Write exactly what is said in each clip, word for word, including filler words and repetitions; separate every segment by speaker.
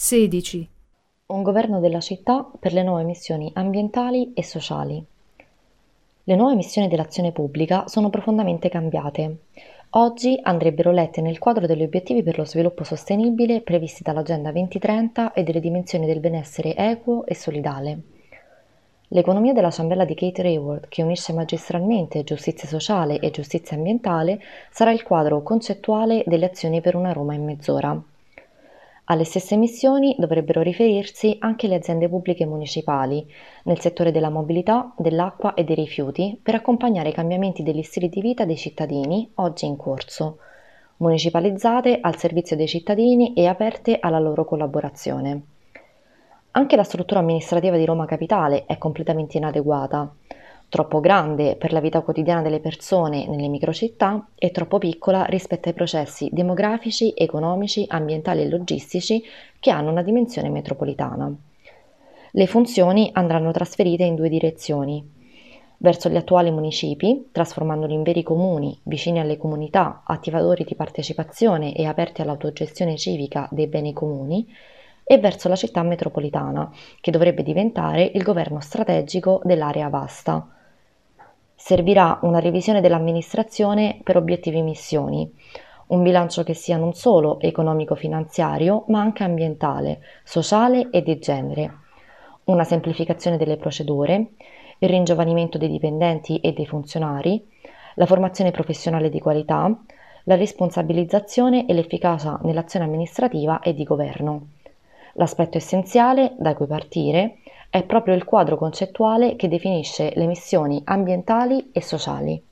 Speaker 1: sedici.
Speaker 2: Un governo della città per le nuove missioni ambientali e sociali. Le nuove missioni dell'azione pubblica sono profondamente cambiate. Oggi andrebbero lette nel quadro degli obiettivi per lo sviluppo sostenibile previsti dall'Agenda duemilatrenta e delle dimensioni del benessere equo e solidale. L'economia della ciambella di Kate Raworth, che unisce magistralmente giustizia sociale e giustizia ambientale, sarà il quadro concettuale delle azioni per una Roma in mezz'ora. Alle stesse missioni dovrebbero riferirsi anche le aziende pubbliche municipali, nel settore della mobilità, dell'acqua e dei rifiuti, per accompagnare i cambiamenti degli stili di vita dei cittadini, oggi in corso, municipalizzate al servizio dei cittadini e aperte alla loro collaborazione. Anche la struttura amministrativa di Roma Capitale è completamente inadeguata, troppo grande per la vita quotidiana delle persone nelle microcittà e troppo piccola rispetto ai processi demografici, economici, ambientali e logistici che hanno una dimensione metropolitana. Le funzioni andranno trasferite in due direzioni: verso gli attuali municipi, trasformandoli in veri comuni, vicini alle comunità, attivatori di partecipazione e aperti all'autogestione civica dei beni comuni, e verso la città metropolitana, che dovrebbe diventare il governo strategico dell'area vasta. Servirà una revisione dell'amministrazione per obiettivi e missioni, un bilancio che sia non solo economico-finanziario, ma anche ambientale, sociale e di genere, una semplificazione delle procedure, il ringiovanimento dei dipendenti e dei funzionari, la formazione professionale di qualità, la responsabilizzazione e l'efficacia nell'azione amministrativa e di governo. L'aspetto essenziale da cui partire è proprio il quadro concettuale che definisce le missioni ambientali e sociali.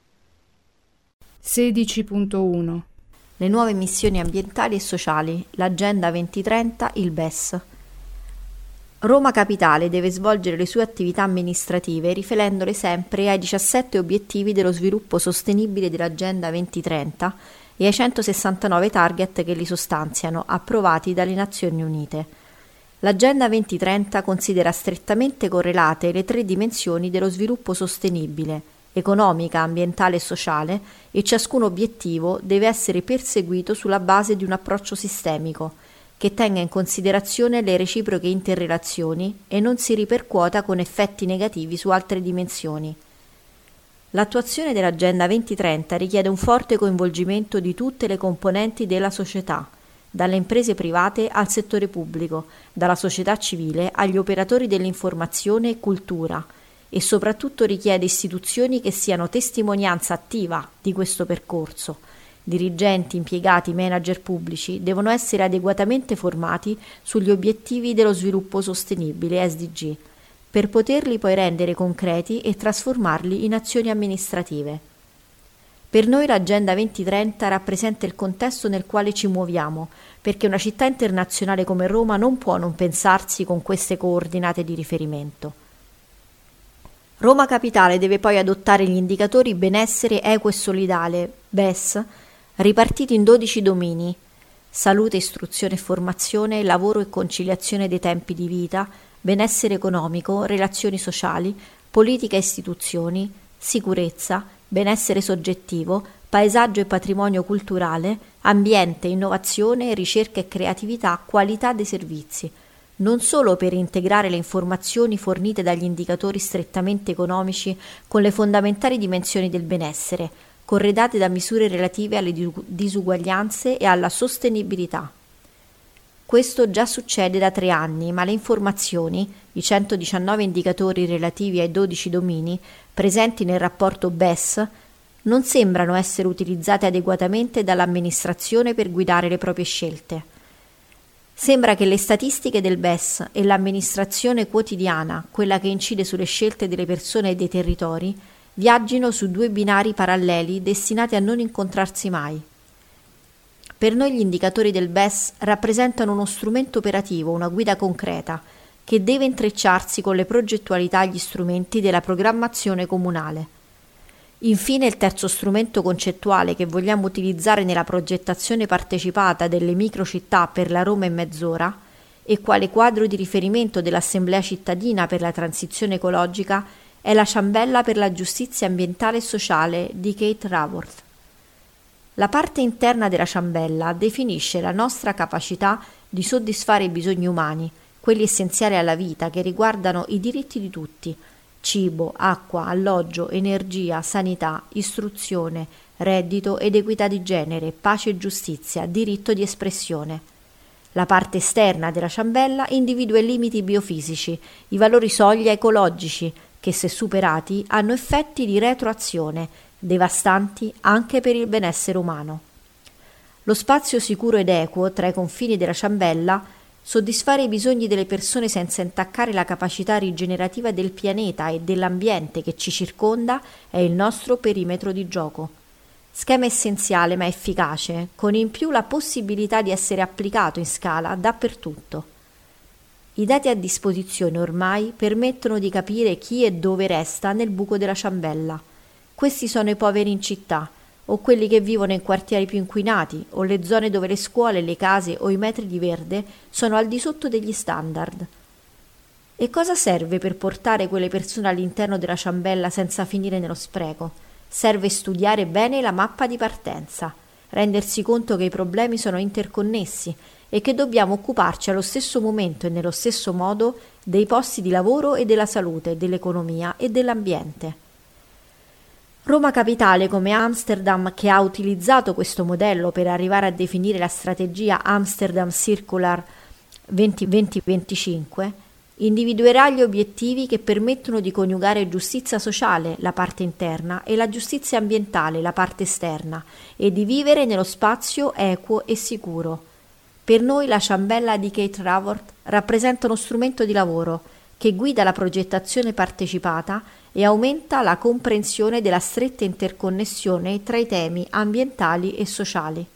Speaker 1: sedici punto uno.
Speaker 3: Le nuove missioni ambientali e sociali, l'Agenda duemilatrenta, il B E S. Roma Capitale deve svolgere le sue attività amministrative riferendole sempre ai diciassette obiettivi dello sviluppo sostenibile dell'Agenda duemilatrenta e ai centosessantanove target che li sostanziano, approvati dalle Nazioni Unite. L'Agenda duemilatrenta considera strettamente correlate le tre dimensioni dello sviluppo sostenibile, economica, ambientale e sociale, e ciascun obiettivo deve essere perseguito sulla base di un approccio sistemico, che tenga in considerazione le reciproche interrelazioni e non si ripercuota con effetti negativi su altre dimensioni. L'attuazione dell'Agenda duemilatrenta richiede un forte coinvolgimento di tutte le componenti della società, dalle imprese private al settore pubblico, dalla società civile agli operatori dell'informazione e cultura, e soprattutto richiede istituzioni che siano testimonianza attiva di questo percorso. Dirigenti, impiegati, manager pubblici devono essere adeguatamente formati sugli obiettivi dello sviluppo sostenibile S D G, per poterli poi rendere concreti e trasformarli in azioni amministrative. Per noi l'Agenda duemilatrenta rappresenta il contesto nel quale ci muoviamo, perché una città internazionale come Roma non può non pensarsi con queste coordinate di riferimento. Roma Capitale deve poi adottare gli indicatori benessere equo e solidale, B E S, ripartiti in dodici domini: salute, istruzione e formazione, lavoro e conciliazione dei tempi di vita, benessere economico, relazioni sociali, politica e istituzioni, sicurezza, benessere soggettivo, paesaggio e patrimonio culturale, ambiente, innovazione, ricerca e creatività, qualità dei servizi, non solo per integrare le informazioni fornite dagli indicatori strettamente economici con le fondamentali dimensioni del benessere, corredate da misure relative alle disuguaglianze e alla sostenibilità. Questo già succede da tre anni, ma le informazioni, i centodiciannove indicatori relativi ai dodici domini presenti nel rapporto B E S, non sembrano essere utilizzate adeguatamente dall'amministrazione per guidare le proprie scelte. Sembra che le statistiche del B E S e l'amministrazione quotidiana, quella che incide sulle scelte delle persone e dei territori, viaggino su due binari paralleli destinati a non incontrarsi mai. Per noi gli indicatori del B E S rappresentano uno strumento operativo, una guida concreta, che deve intrecciarsi con le progettualità e gli strumenti della programmazione comunale. Infine, il terzo strumento concettuale che vogliamo utilizzare nella progettazione partecipata delle microcittà per la Roma in mezz'ora, e quale quadro di riferimento dell'Assemblea cittadina per la transizione ecologica, è la ciambella per la giustizia ambientale e sociale di Kate Raworth. La parte interna della ciambella definisce la nostra capacità di soddisfare i bisogni umani, quelli essenziali alla vita che riguardano i diritti di tutti: cibo, acqua, alloggio, energia, sanità, istruzione, reddito ed equità di genere, pace e giustizia, diritto di espressione. La parte esterna della ciambella individua i limiti biofisici, i valori soglia ecologici, che se superati hanno effetti di retroazione, devastanti anche per il benessere umano. Lo spazio sicuro ed equo tra i confini della ciambella, soddisfare i bisogni delle persone senza intaccare la capacità rigenerativa del pianeta e dell'ambiente che ci circonda, è il nostro perimetro di gioco. Schema essenziale ma efficace, con in più la possibilità di essere applicato in scala dappertutto. I dati a disposizione ormai permettono di capire chi e dove resta nel buco della ciambella. Questi sono i poveri in città, o quelli che vivono in quartieri più inquinati, o le zone dove le scuole, le case o i metri di verde sono al di sotto degli standard. E cosa serve per portare quelle persone all'interno della ciambella senza finire nello spreco? Serve studiare bene la mappa di partenza, rendersi conto che i problemi sono interconnessi e che dobbiamo occuparci allo stesso momento e nello stesso modo dei posti di lavoro e della salute, dell'economia e dell'ambiente. Roma Capitale, come Amsterdam, che ha utilizzato questo modello per arrivare a definire la strategia Amsterdam Circular duemilaventi venticinque, individuerà gli obiettivi che permettono di coniugare giustizia sociale, la parte interna, e la giustizia ambientale, la parte esterna, e di vivere nello spazio equo e sicuro. Per noi la ciambella di Kate Raworth rappresenta uno strumento di lavoro che guida la progettazione partecipata e aumenta la comprensione della stretta interconnessione tra i temi ambientali e sociali.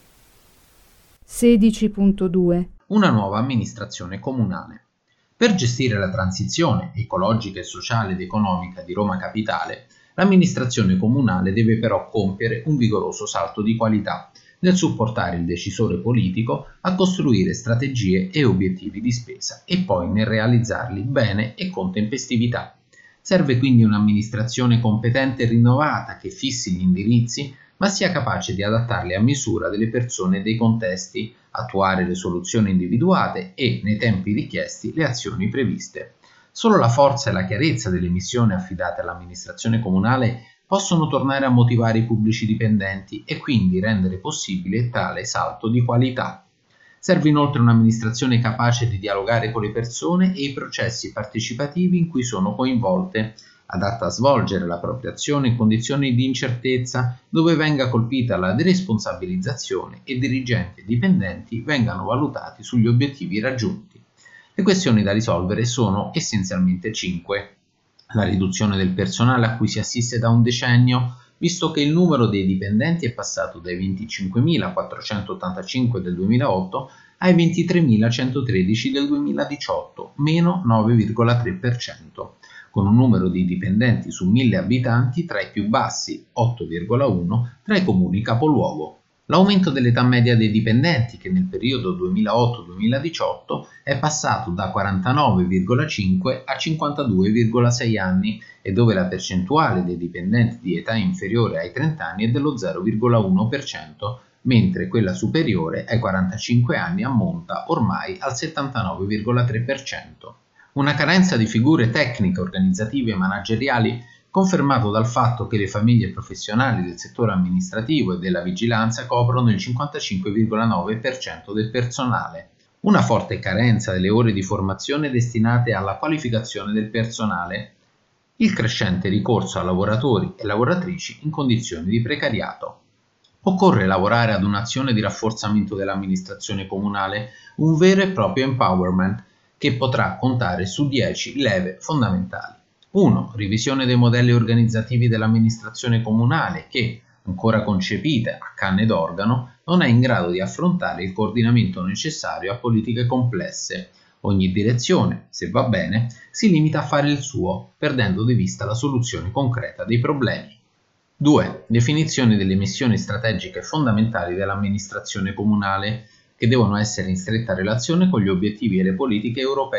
Speaker 1: sedici punto due
Speaker 4: Una nuova amministrazione comunale. Per gestire la transizione ecologica e sociale ed economica di Roma Capitale, l'amministrazione comunale deve però compiere un vigoroso salto di qualità nel supportare il decisore politico a costruire strategie e obiettivi di spesa e poi nel realizzarli bene e con tempestività. Serve quindi un'amministrazione competente e rinnovata che fissi gli indirizzi, ma sia capace di adattarli a misura delle persone e dei contesti, attuare le soluzioni individuate e, nei tempi richiesti, le azioni previste. Solo la forza e la chiarezza delle missioni affidate all'amministrazione comunale possono tornare a motivare i pubblici dipendenti e quindi rendere possibile tale salto di qualità. Serve inoltre un'amministrazione capace di dialogare con le persone e i processi partecipativi in cui sono coinvolte, adatta a svolgere la propria azione in condizioni di incertezza dove venga colpita la deresponsabilizzazione e dirigenti e dipendenti vengano valutati sugli obiettivi raggiunti. Le questioni da risolvere sono essenzialmente cinque. La riduzione del personale a cui si assiste da un decennio, visto che il numero dei dipendenti è passato dai venticinquemilaquattrocentottantacinque del duemilaotto ai ventitremilacentotredici del duemiladiciotto, meno nove virgola tre per cento, con un numero di dipendenti su mille abitanti tra i più bassi, otto virgola uno, tra i comuni capoluogo. L'aumento dell'età media dei dipendenti, che nel periodo duemilaotto duemiladiciotto è passato da quarantanove virgola cinque a cinquantadue virgola sei anni e dove la percentuale dei dipendenti di età inferiore ai trenta anni è dello zero virgola uno per cento, mentre quella superiore ai quarantacinque anni ammonta ormai al settantanove virgola tre per cento. Una carenza di figure tecniche, organizzative e manageriali confermato dal fatto che le famiglie professionali del settore amministrativo e della vigilanza coprono il cinquantacinque virgola nove per cento del personale. Una forte carenza delle ore di formazione destinate alla qualificazione del personale. Il crescente ricorso a lavoratori e lavoratrici in condizioni di precariato. Occorre lavorare ad un'azione di rafforzamento dell'amministrazione comunale, un vero e proprio empowerment che potrà contare su dieci leve fondamentali. uno. Revisione dei modelli organizzativi dell'amministrazione comunale che, ancora concepita a canne d'organo, non è in grado di affrontare il coordinamento necessario a politiche complesse. Ogni direzione, se va bene, si limita a fare il suo, perdendo di vista la soluzione concreta dei problemi. due. Definizione delle missioni strategiche fondamentali dell'amministrazione comunale, che devono essere in stretta relazione con gli obiettivi e le politiche europee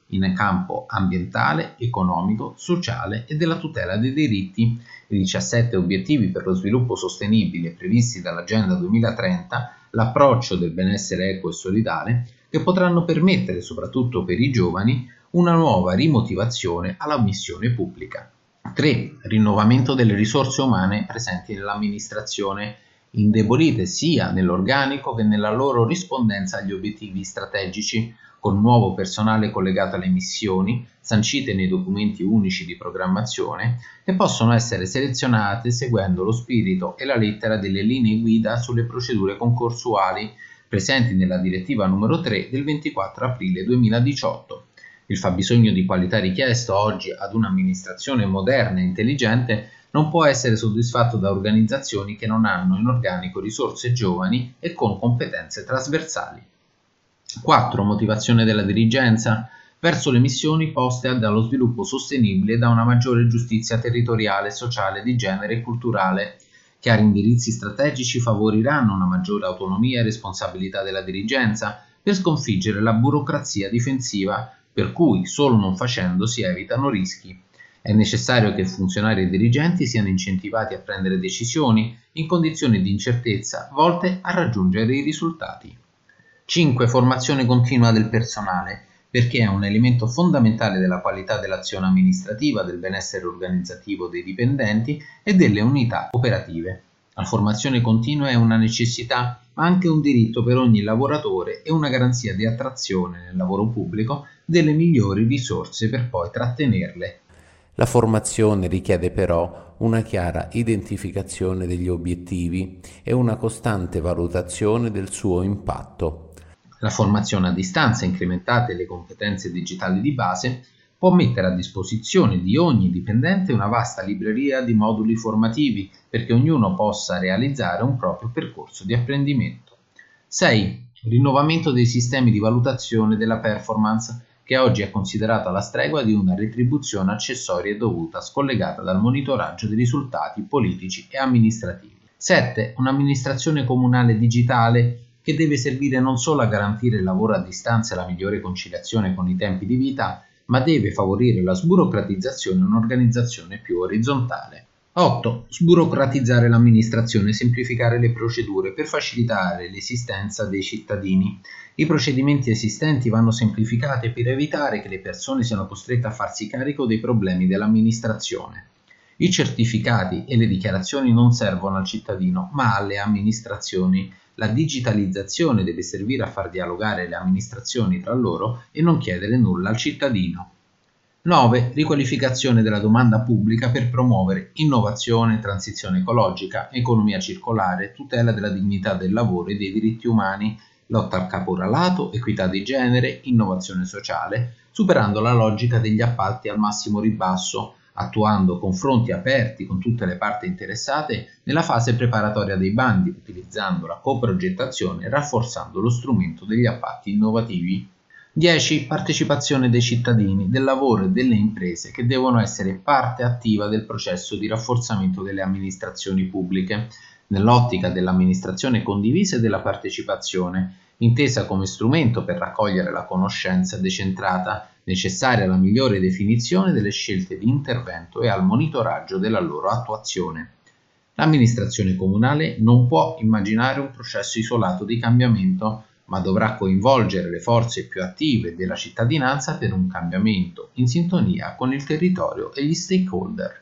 Speaker 4: in campo ambientale, economico, sociale e della tutela dei diritti. I diciassette obiettivi per lo sviluppo sostenibile previsti dall'Agenda duemilatrenta, l'approccio del benessere equo e solidale, che potranno permettere, soprattutto per i giovani, una nuova rimotivazione alla missione pubblica. tre. Rinnovamento delle risorse umane presenti nell'amministrazione, indebolite sia nell'organico che nella loro rispondenza agli obiettivi strategici, con nuovo personale collegato alle missioni, sancite nei documenti unici di programmazione, che possono essere selezionate seguendo lo spirito e la lettera delle linee guida sulle procedure concorsuali presenti nella direttiva numero tre del ventiquattro aprile duemiladiciotto. Il fabbisogno di qualità richiesto oggi ad un'amministrazione moderna e intelligente non può essere soddisfatto da organizzazioni che non hanno in organico risorse giovani e con competenze trasversali. quattro. Motivazione della dirigenza verso le missioni poste dallo sviluppo sostenibile e da una maggiore giustizia territoriale, sociale, di genere e culturale. Chiari indirizzi strategici favoriranno una maggiore autonomia e responsabilità della dirigenza per sconfiggere la burocrazia difensiva, per cui solo non facendo si evitano rischi. È necessario che funzionari e dirigenti siano incentivati a prendere decisioni in condizioni di incertezza volte a raggiungere i risultati. cinque. Formazione continua del personale, perché è un elemento fondamentale della qualità dell'azione amministrativa, del benessere organizzativo dei dipendenti e delle unità operative. La formazione continua è una necessità, ma anche un diritto per ogni lavoratore e una garanzia di attrazione nel lavoro pubblico delle migliori risorse per poi trattenerle.
Speaker 5: La formazione richiede però una chiara identificazione degli obiettivi e una costante valutazione del suo impatto.
Speaker 4: La formazione a distanza, incrementate le competenze digitali di base, può mettere a disposizione di ogni dipendente una vasta libreria di moduli formativi perché ognuno possa realizzare un proprio percorso di apprendimento. sei. Rinnovamento dei sistemi di valutazione della performance, che oggi è considerata la stregua di una retribuzione accessoria e dovuta scollegata dal monitoraggio dei risultati politici e amministrativi. sette. Un'amministrazione comunale digitale che deve servire non solo a garantire il lavoro a distanza e la migliore conciliazione con i tempi di vita, ma deve favorire la sburocratizzazione e un'organizzazione più orizzontale. otto. Sburocratizzare l'amministrazione e semplificare le procedure per facilitare l'esistenza dei cittadini. I procedimenti esistenti vanno semplificati per evitare che le persone siano costrette a farsi carico dei problemi dell'amministrazione. I certificati e le dichiarazioni non servono al cittadino, ma alle amministrazioni. La digitalizzazione deve servire a far dialogare le amministrazioni tra loro e non chiedere nulla al cittadino. nove. Riqualificazione della domanda pubblica per promuovere innovazione, transizione ecologica, economia circolare, tutela della dignità del lavoro e dei diritti umani, lotta al caporalato, equità di genere, innovazione sociale, superando la logica degli appalti al massimo ribasso, attuando confronti aperti con tutte le parti interessate nella fase preparatoria dei bandi, utilizzando la coprogettazione e rafforzando lo strumento degli appalti innovativi. dieci. Partecipazione dei cittadini, del lavoro e delle imprese che devono essere parte attiva del processo di rafforzamento delle amministrazioni pubbliche, nell'ottica dell'amministrazione condivisa e della partecipazione, intesa come strumento per raccogliere la conoscenza decentrata necessaria alla migliore definizione delle scelte di intervento e al monitoraggio della loro attuazione. L'amministrazione comunale non può immaginare un processo isolato di cambiamento, ma dovrà coinvolgere le forze più attive della cittadinanza per un cambiamento in sintonia con il territorio e gli stakeholder.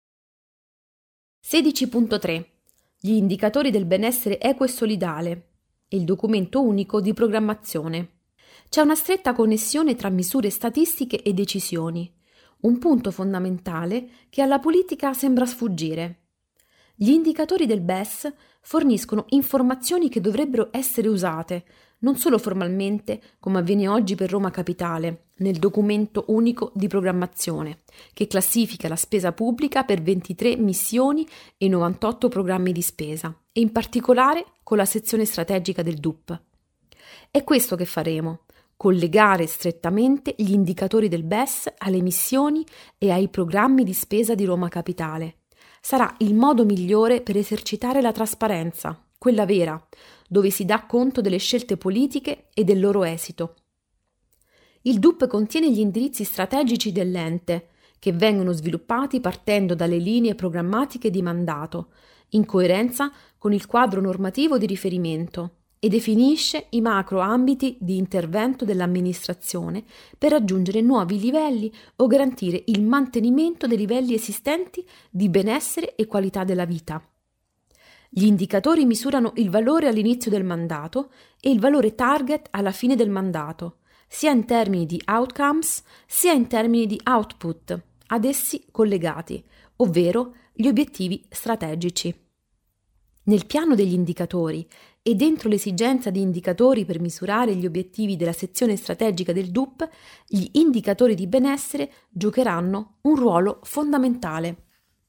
Speaker 6: sedici punto tre. Gli indicatori del benessere equo e solidale, il documento unico di programmazione. C'è una stretta connessione tra misure statistiche e decisioni, un punto fondamentale che alla politica sembra sfuggire. Gli indicatori del B E S forniscono informazioni che dovrebbero essere usate, non solo formalmente, come avviene oggi per Roma Capitale, nel documento unico di programmazione, che classifica la spesa pubblica per ventitré missioni e novantotto programmi di spesa, e in particolare con la sezione strategica del D U P. È questo che faremo, collegare strettamente gli indicatori del B E S alle missioni e ai programmi di spesa di Roma Capitale. Sarà il modo migliore per esercitare la trasparenza, quella vera, dove si dà conto delle scelte politiche e del loro esito. Il D U P contiene gli indirizzi strategici dell'ente, che vengono sviluppati partendo dalle linee programmatiche di mandato, in coerenza con il quadro normativo di riferimento, e definisce i macro ambiti di intervento dell'amministrazione per raggiungere nuovi livelli o garantire il mantenimento dei livelli esistenti di benessere e qualità della vita. Gli indicatori misurano il valore all'inizio del mandato e il valore target alla fine del mandato, sia in termini di outcomes sia in termini di output ad essi collegati, ovvero gli obiettivi strategici. Nel piano degli indicatori e dentro l'esigenza di indicatori per misurare gli obiettivi della sezione strategica del D U P, gli indicatori di benessere giocheranno un ruolo fondamentale.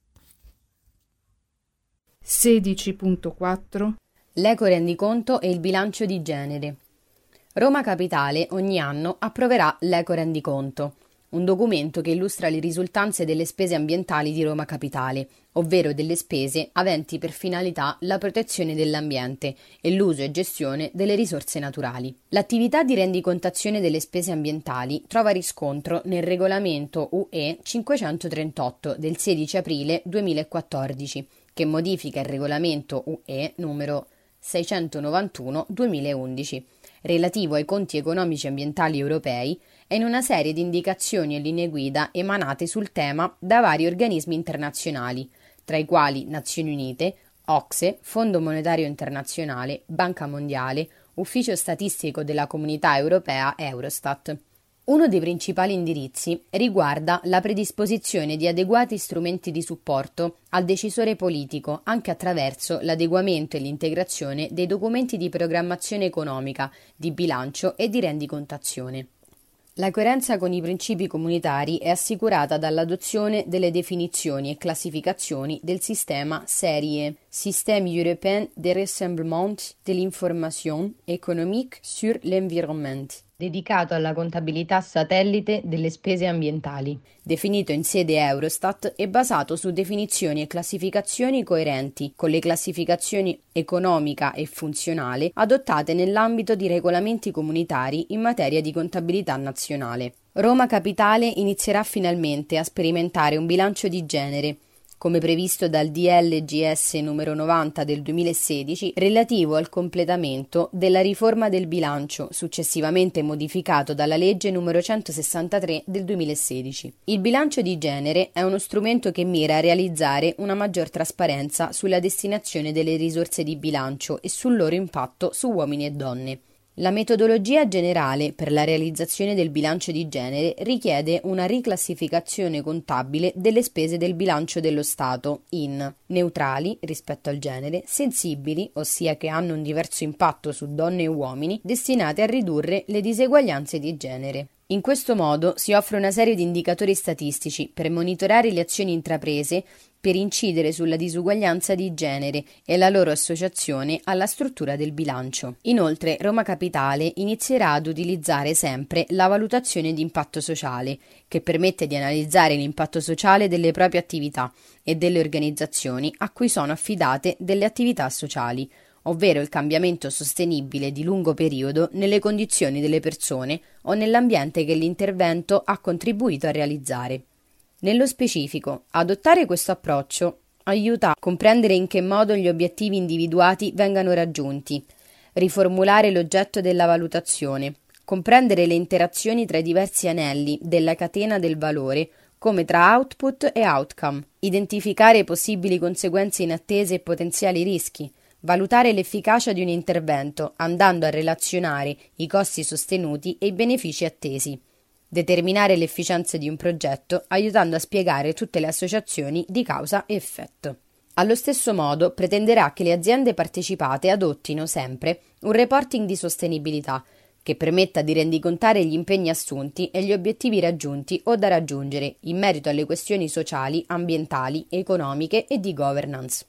Speaker 1: sedici punto quattro
Speaker 7: L'ecorendiconto e il bilancio di genere. Roma Capitale ogni anno approverà l'ecorendiconto, un documento che illustra le risultanze delle spese ambientali di Roma Capitale, ovvero delle spese aventi per finalità la protezione dell'ambiente e l'uso e gestione delle risorse naturali. L'attività di rendicontazione delle spese ambientali trova riscontro nel regolamento U E cinquecentotrentotto del sedici aprile duemilaquattordici, che modifica il regolamento U E numero seicentonovantuno duemilaundici, relativo ai conti economici ambientali europei, e in una serie di indicazioni e linee guida emanate sul tema da vari organismi internazionali, tra i quali Nazioni Unite, O C S E, Fondo Monetario Internazionale, Banca Mondiale, Ufficio Statistico della Comunità Europea Eurostat. Uno dei principali indirizzi riguarda la predisposizione di adeguati strumenti di supporto al decisore politico anche attraverso l'adeguamento e l'integrazione dei documenti di programmazione economica, di bilancio e di rendicontazione. La coerenza con i principi comunitari è assicurata dall'adozione delle definizioni e classificazioni del sistema SERIE, Système Européen de Rassemblement de l'Information Économique sur l'Environnement, dedicato alla contabilità satellite delle spese ambientali, definito in sede Eurostat e basato su definizioni e classificazioni coerenti con le classificazioni economica e funzionale adottate nell'ambito di regolamenti comunitari in materia di contabilità nazionale. Roma Capitale inizierà finalmente a sperimentare un bilancio di genere, come previsto dal D L G S numero novanta del duemilasedici, relativo al completamento della riforma del bilancio, successivamente modificato dalla legge numero centosessantatré del duemilasedici. Il bilancio di genere è uno strumento che mira a realizzare una maggior trasparenza sulla destinazione delle risorse di bilancio e sul loro impatto su uomini e donne. La metodologia generale per la realizzazione del bilancio di genere richiede una riclassificazione contabile delle spese del bilancio dello Stato in neutrali rispetto al genere, sensibili, ossia che hanno un diverso impatto su donne e uomini, destinate a ridurre le diseguaglianze di genere. In questo modo si offre una serie di indicatori statistici per monitorare le azioni intraprese per incidere sulla disuguaglianza di genere e la loro associazione alla struttura del bilancio. Inoltre, Roma Capitale inizierà ad utilizzare sempre la valutazione di impatto sociale, che permette di analizzare l'impatto sociale delle proprie attività e delle organizzazioni a cui sono affidate delle attività sociali, ovvero il cambiamento sostenibile di lungo periodo nelle condizioni delle persone o nell'ambiente che l'intervento ha contribuito a realizzare. Nello specifico, adottare questo approccio aiuta a comprendere in che modo gli obiettivi individuati vengano raggiunti, riformulare l'oggetto della valutazione, comprendere le interazioni tra i diversi anelli della catena del valore, come tra output e outcome, identificare possibili conseguenze inattese e potenziali rischi, valutare l'efficacia di un intervento andando a relazionare i costi sostenuti e i benefici attesi, determinare l'efficienza di un progetto aiutando a spiegare tutte le associazioni di causa e effetto. Allo stesso modo pretenderà che le aziende partecipate adottino sempre un reporting di sostenibilità che permetta di rendicontare gli impegni assunti e gli obiettivi raggiunti o da raggiungere in merito alle questioni sociali, ambientali, economiche e di governance.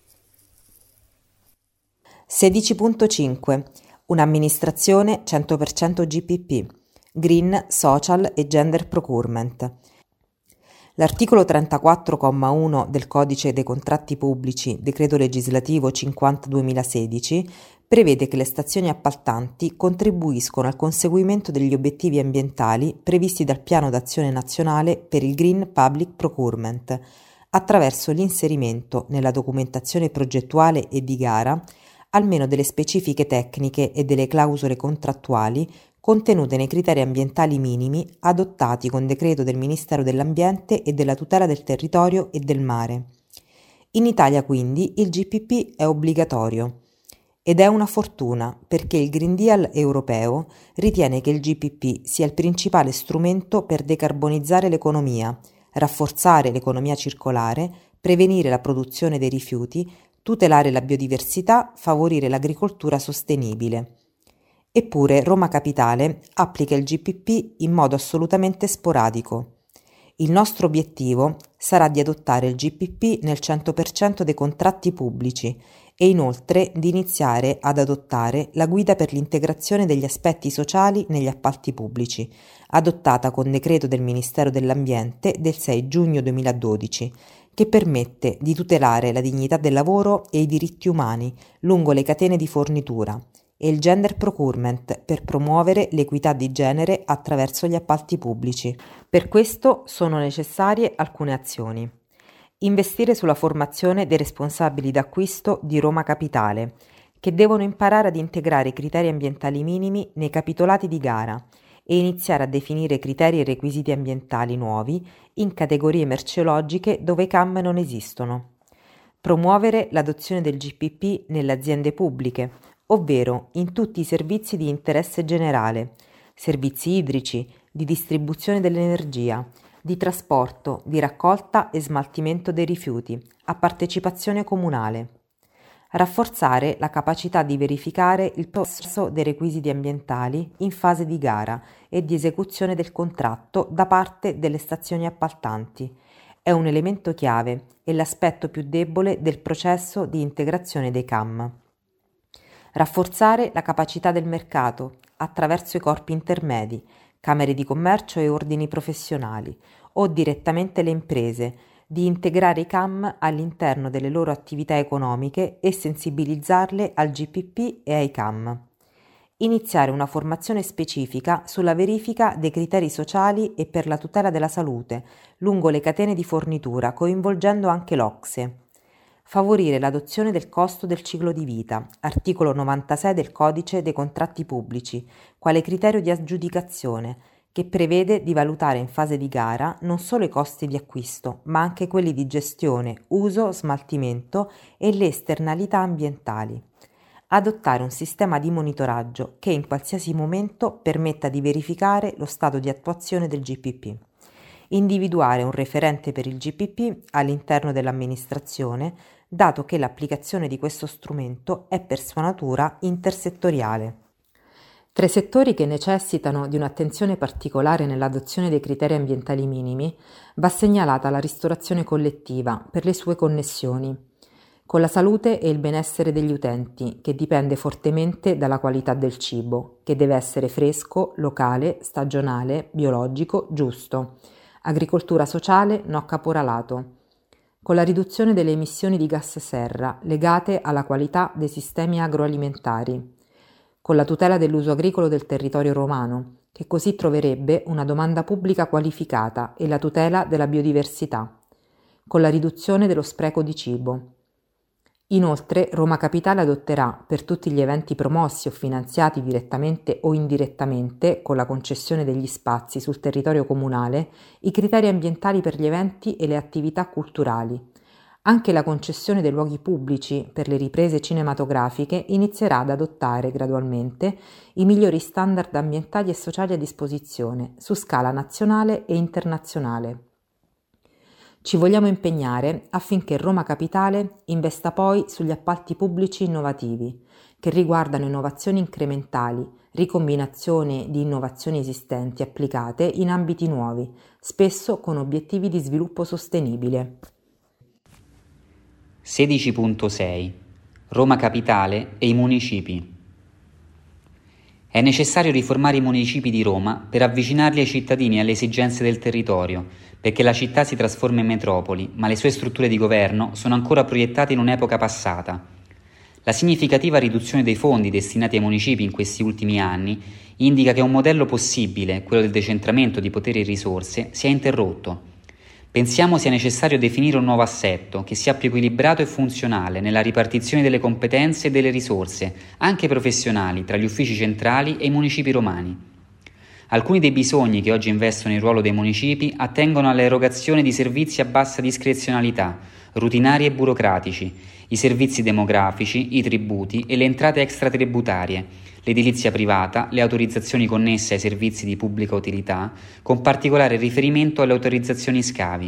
Speaker 8: sedici punto cinque Un'amministrazione cento per cento G P P, Green, Social e Gender Procurement. L'articolo trentaquattro comma uno del Codice dei contratti pubblici, decreto legislativo cinquanta duemilasedici, prevede che le stazioni appaltanti contribuiscono al conseguimento degli obiettivi ambientali previsti dal Piano d'Azione Nazionale per il Green Public Procurement, attraverso l'inserimento nella documentazione progettuale e di gara almeno delle specifiche tecniche e delle clausole contrattuali contenute nei criteri ambientali minimi adottati con decreto del Ministero dell'Ambiente e della Tutela del Territorio e del Mare. In Italia quindi il G P P è obbligatorio ed è una fortuna perché il Green Deal europeo ritiene che il G P P sia il principale strumento per decarbonizzare l'economia, rafforzare l'economia circolare, prevenire la produzione dei rifiuti, tutelare la biodiversità, favorire l'agricoltura sostenibile. Eppure Roma Capitale applica il G P P in modo assolutamente sporadico. Il nostro obiettivo sarà di adottare il G P P nel cento per cento dei contratti pubblici e inoltre di iniziare ad adottare la guida per l'integrazione degli aspetti sociali negli appalti pubblici, adottata con decreto del Ministero dell'Ambiente del sei giugno duemiladodici, che permette di tutelare la dignità del lavoro e i diritti umani lungo le catene di fornitura, e il gender procurement per promuovere l'equità di genere attraverso gli appalti pubblici. Per questo sono necessarie alcune azioni. Investire sulla formazione dei responsabili d'acquisto di Roma Capitale, che devono imparare ad integrare i criteri ambientali minimi nei capitolati di gara e iniziare a definire criteri e requisiti ambientali nuovi in categorie merceologiche dove i C A M non esistono. Promuovere l'adozione del G P P nelle aziende pubbliche, ovvero in tutti i servizi di interesse generale, servizi idrici, di distribuzione dell'energia, di trasporto, di raccolta e smaltimento dei rifiuti, a partecipazione comunale. Rafforzare la capacità di verificare il possesso dei requisiti ambientali in fase di gara e di esecuzione del contratto da parte delle stazioni appaltanti. È un elemento chiave e l'aspetto più debole del processo di integrazione dei C A M. Rafforzare la capacità del mercato attraverso i corpi intermedi, camere di commercio e ordini professionali o direttamente le imprese, di integrare i C A M all'interno delle loro attività economiche e sensibilizzarle al G P P e ai C A M. Iniziare una formazione specifica sulla verifica dei criteri sociali e per la tutela della salute lungo le catene di fornitura, coinvolgendo anche l'O C S E. Favorire l'adozione del costo del ciclo di vita, articolo novantasei del Codice dei contratti pubblici, quale criterio di aggiudicazione, che prevede di valutare in fase di gara non solo i costi di acquisto, ma anche quelli di gestione, uso, smaltimento e le esternalità ambientali. Adottare un sistema di monitoraggio che in qualsiasi momento permetta di verificare lo stato di attuazione del G P P. Individuare un referente per il G P P all'interno dell'amministrazione, dato che l'applicazione di questo strumento è per sua natura intersettoriale. Tra i settori che necessitano di un'attenzione particolare nell'adozione dei criteri ambientali minimi va segnalata la ristorazione collettiva per le sue connessioni con la salute e il benessere degli utenti, che dipende fortemente dalla qualità del cibo, che deve essere fresco, locale, stagionale, biologico, giusto, agricoltura sociale, no caporalato, con la riduzione delle emissioni di gas serra legate alla qualità dei sistemi agroalimentari, con la tutela dell'uso agricolo del territorio romano, che così troverebbe una domanda pubblica qualificata, e la tutela della biodiversità, con la riduzione dello spreco di cibo. Inoltre, Roma Capitale adotterà, per tutti gli eventi promossi o finanziati direttamente o indirettamente con la concessione degli spazi sul territorio comunale, i criteri ambientali per gli eventi e le attività culturali. Anche la concessione dei luoghi pubblici per le riprese cinematografiche inizierà ad adottare gradualmente i migliori standard ambientali e sociali a disposizione su scala nazionale e internazionale. Ci vogliamo impegnare affinché Roma Capitale investa poi sugli appalti pubblici innovativi, che riguardano innovazioni incrementali, ricombinazione di innovazioni esistenti applicate in ambiti nuovi, spesso con obiettivi di sviluppo sostenibile.
Speaker 9: sedici punto sei Roma Capitale e i municipi. È necessario riformare i municipi di Roma per avvicinarli ai cittadini e alle esigenze del territorio, perché la città si trasforma in metropoli, ma le sue strutture di governo sono ancora proiettate in un'epoca passata. La significativa riduzione dei fondi destinati ai municipi in questi ultimi anni indica che un modello possibile, quello del decentramento di poteri e risorse, si è interrotto. Pensiamo sia necessario definire un nuovo assetto che sia più equilibrato e funzionale nella ripartizione delle competenze e delle risorse, anche professionali, tra gli uffici centrali e i municipi romani. Alcuni dei bisogni che oggi investono il ruolo dei municipi attengono all'erogazione di servizi a bassa discrezionalità, rutinari e burocratici, i servizi demografici, i tributi e le entrate extratributarie, l'edilizia privata, le autorizzazioni connesse ai servizi di pubblica utilità, con particolare riferimento alle autorizzazioni scavi.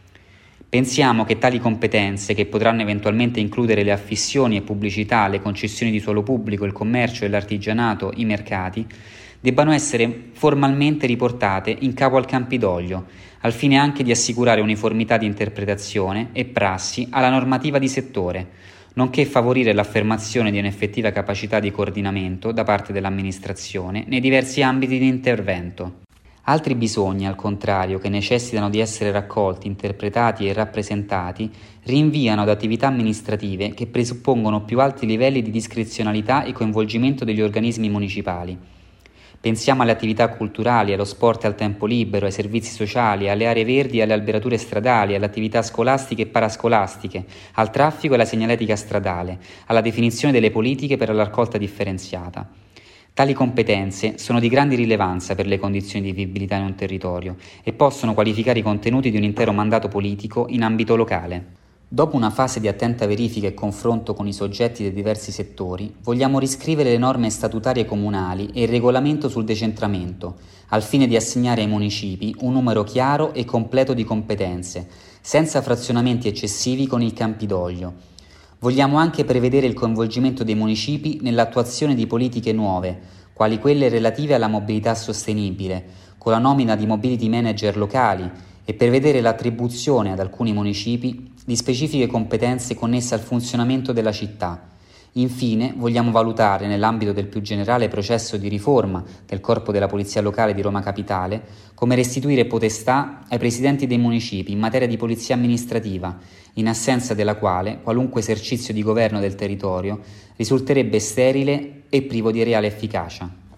Speaker 9: Pensiamo che tali competenze, che potranno eventualmente includere le affissioni e pubblicità, le concessioni di suolo pubblico, il commercio e l'artigianato, i mercati, debbano essere formalmente riportate in capo al Campidoglio, al fine anche di assicurare uniformità di interpretazione e prassi alla normativa di settore, nonché favorire l'affermazione di un'effettiva capacità di coordinamento da parte dell'amministrazione nei diversi ambiti di intervento. Altri bisogni, al contrario, che necessitano di essere raccolti, interpretati e rappresentati, rinviano ad attività amministrative che presuppongono più alti livelli di discrezionalità e coinvolgimento degli organismi municipali. Pensiamo alle attività culturali, allo sport al tempo libero, ai servizi sociali, alle aree verdi e alle alberature stradali, alle attività scolastiche e parascolastiche, al traffico e alla segnaletica stradale, alla definizione delle politiche per la raccolta differenziata. Tali competenze sono di grande rilevanza per le condizioni di vivibilità in un territorio e possono qualificare i contenuti di un intero mandato politico in ambito locale. Dopo una fase di attenta verifica e confronto con i soggetti dei diversi settori, vogliamo riscrivere le norme statutarie comunali e il regolamento sul decentramento, al fine di assegnare ai municipi un numero chiaro e completo di competenze, senza frazionamenti eccessivi con il Campidoglio. Vogliamo anche prevedere il coinvolgimento dei municipi nell'attuazione di politiche nuove, quali quelle relative alla mobilità sostenibile, con la nomina di mobility manager locali, e prevedere l'attribuzione ad alcuni municipi di specifiche competenze connesse al funzionamento della città. Infine, vogliamo valutare, nell'ambito del più generale processo di riforma del Corpo della Polizia Locale di Roma Capitale, come restituire potestà ai presidenti dei municipi in materia di polizia amministrativa, in assenza della quale qualunque esercizio di governo del territorio risulterebbe sterile e privo di reale efficacia.